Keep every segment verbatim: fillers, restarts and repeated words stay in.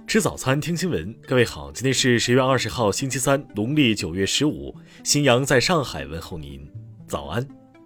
吃早餐，听新闻。各位好，今天是十月二十号，星期三，农历九月十五。新阳在上海问候您，早安。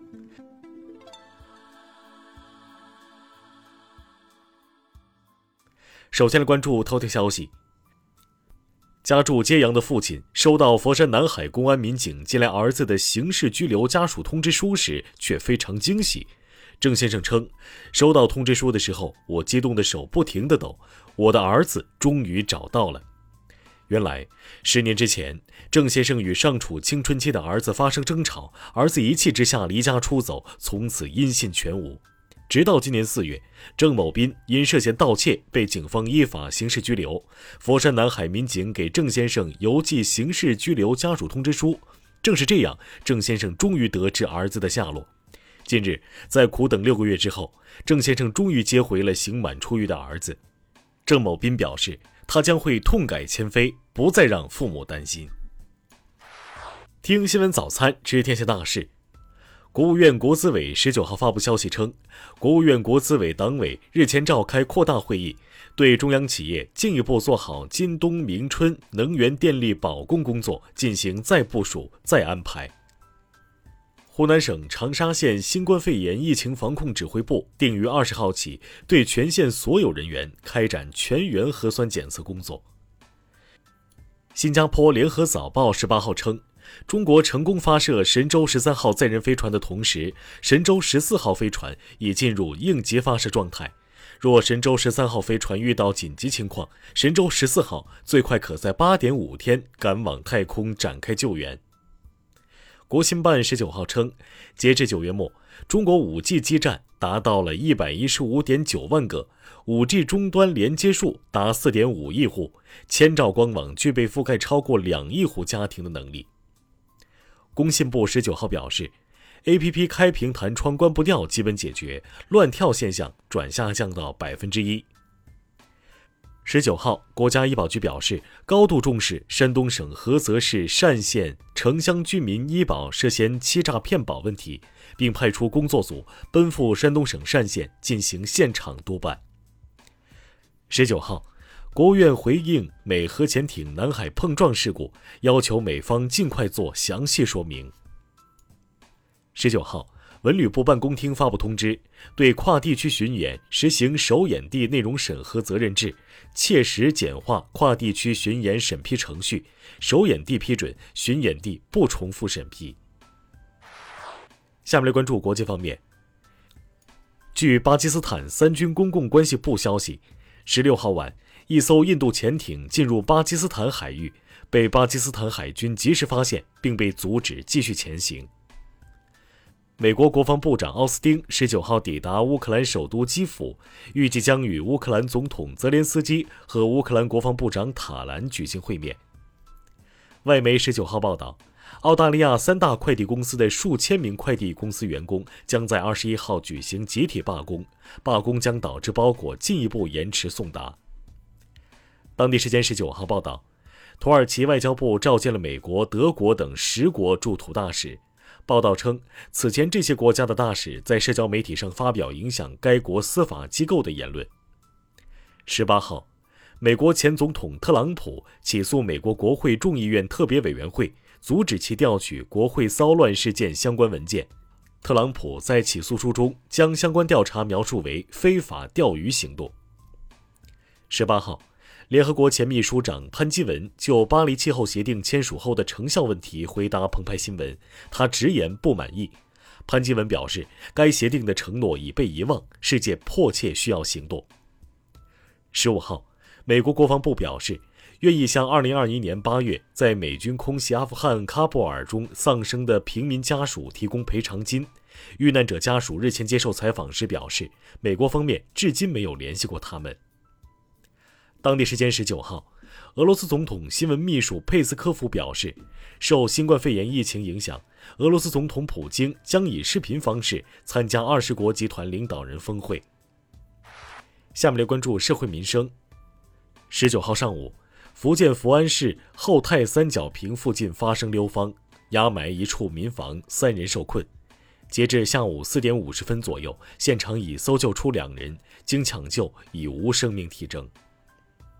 首先来关注头条消息。家住揭阳的父亲收到佛山南海公安民警接来儿子的刑事拘留家属通知书时，却非常惊喜。郑先生称，收到通知书的时候，我激动的手不停地抖，我的儿子终于找到了。原来十年之前，郑先生与尚处青春期的儿子发生争吵，儿子一气之下离家出走，从此音信全无。直到今年四月，郑某斌因涉嫌盗窃被警方依法刑事拘留，佛山南海民警给郑先生邮寄刑事拘留家属通知书。正是这样，郑先生终于得知儿子的下落。近日，在苦等六个月之后，郑先生终于接回了刑满出狱的儿子。郑某斌表示，他将会痛改前非，不再让父母担心。听新闻早餐，知天下大事。国务院国资委十九号发布消息称，国务院国资委党委日前召开扩大会议，对中央企业进一步做好今冬明春能源电力保供工作进行再部署、再安排。湖南省长沙县新冠肺炎疫情防控指挥部定于二十号起对全县所有人员开展全员核酸检测工作。新加坡联合早报十八号称，中国成功发射神舟十三号载人飞船的同时，神舟十四号飞船已进入应急发射状态。若神舟十三号飞船遇到紧急情况，神舟十四号最快可在 八点五 天赶往太空展开救援。国新办十九号称，截至九月末，中国 五 G 基站达到了 一百一十五点九万个， 五 G 终端连接数达 四点五亿户，千兆光网具备覆盖超过两亿户家庭的能力。工信部十九号表示， A P P 开屏弹窗关不掉基本解决，乱跳现象转下降到百分之一。十九号，国家医保局表示，高度重视山东省菏泽市单县城乡居民医保涉嫌欺诈骗保问题，并派出工作组奔赴山东省单县进行现场督办。十九号，国务院回应美核潜艇南海碰撞事故，要求美方尽快做详细说明。十九号，文旅部办公厅发布通知，对跨地区巡演实行首演地内容审核责任制，切实简化跨地区巡演审批程序，首演地批准，巡演地不重复审批。下面来关注国际方面。据巴基斯坦三军公共关系部消息，十六号晚，一艘印度潜艇进入巴基斯坦海域，被巴基斯坦海军及时发现，并被阻止继续前行。美国国防部长奥斯汀十九号抵达乌克兰首都基辅，预计将与乌克兰总统泽连斯基和乌克兰国防部长塔兰举行会面。外媒十九号报道，澳大利亚三大快递公司的数千名快递公司员工将在二十一号举行集体罢工，罢工将导致包裹进一步延迟送达。当地时间十九号报道，土耳其外交部召见了美国、德国等十国驻土大使。报道称，此前这些国家的大使在社交媒体上发表影响该国司法机构的言论。十八号，美国前总统特朗普起诉美国国会众议院特别委员会，阻止其调取国会骚乱事件相关文件。特朗普在起诉书中将相关调查描述为非法钓鱼行动。十八号，联合国前秘书长潘基文就巴黎气候协定签署后的成效问题回答澎湃新闻，他直言不满意。潘基文表示，该协定的承诺已被遗忘，世界迫切需要行动。十五号，美国国防部表示，愿意向二零二一年八月在美军空袭阿富汗喀布尔中丧生的平民家属提供赔偿金。遇难者家属日前接受采访时表示，美国方面至今没有联系过他们。当地时间十九号，俄罗斯总统新闻秘书佩斯科夫表示，受新冠肺炎疫情影响，俄罗斯总统普京将以视频方式参加二十国集团领导人峰会。下面来关注社会民生。十九号上午，福建福安市后泰三角坪附近发生溜方，压埋一处民房，三人受困。截至下午四点五十分左右，现场已搜救出两人，经抢救已无生命体征。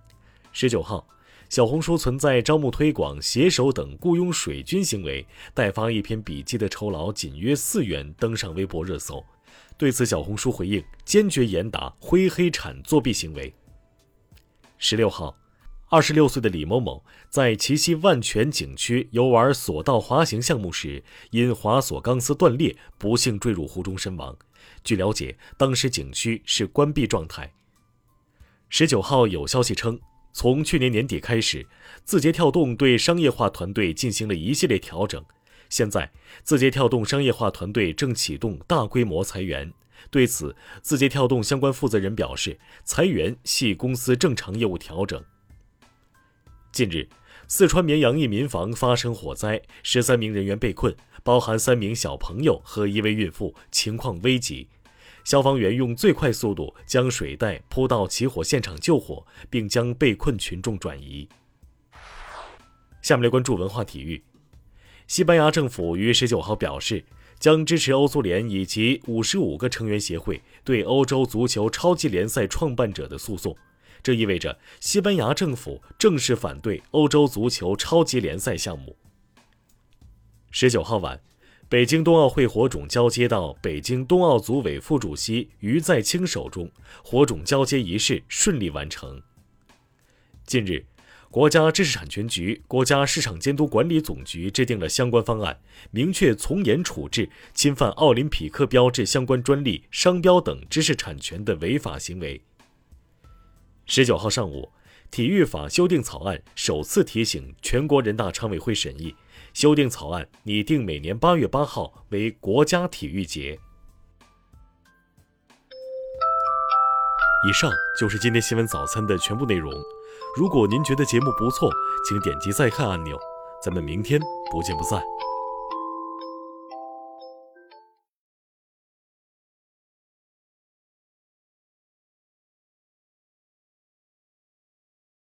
十九号，小红书存在招募推广、携手等雇佣水军行为，代发一篇笔记的酬劳仅约四元，登上微博热搜。对此，小红书回应坚决严打灰黑产作弊行为。十六号，二十六岁的李某某在齐溪万泉景区游玩索道滑行项目时，因滑索钢丝断裂，不幸坠入湖中身亡。据了解，当时景区是关闭状态。十九号有消息称，从去年年底开始，字节跳动对商业化团队进行了一系列调整。现在，字节跳动商业化团队正启动大规模裁员。对此，字节跳动相关负责人表示，裁员系公司正常业务调整。近日，四川绵阳一民房发生火灾，十三名人员被困，包含三名小朋友和一位孕妇，情况危急。消防员用最快速度将水带铺到起火现场救火，并将被困群众转移。下面来关注文化体育。西班牙政府于十九号表示，将支持欧足联以及五十五个成员协会对欧洲足球超级联赛创办者的诉讼。这意味着西班牙政府正式反对欧洲足球超级联赛项目。十九号晚，北京冬奥会火种交接到北京冬奥组委副主席于在清手中，火种交接仪式顺利完成。近日，国家知识产权局、国家市场监督管理总局制定了相关方案，明确从严处置侵犯奥林匹克标志相关专利、商标等知识产权的违法行为。十九号上午，体育法修订草案首次提请全国人大常委会审议，修订草案拟定每年八月八号为国家体育节。以上就是今天新闻早餐的全部内容。如果您觉得节目不错，请点击再看按钮。咱们明天不见不散。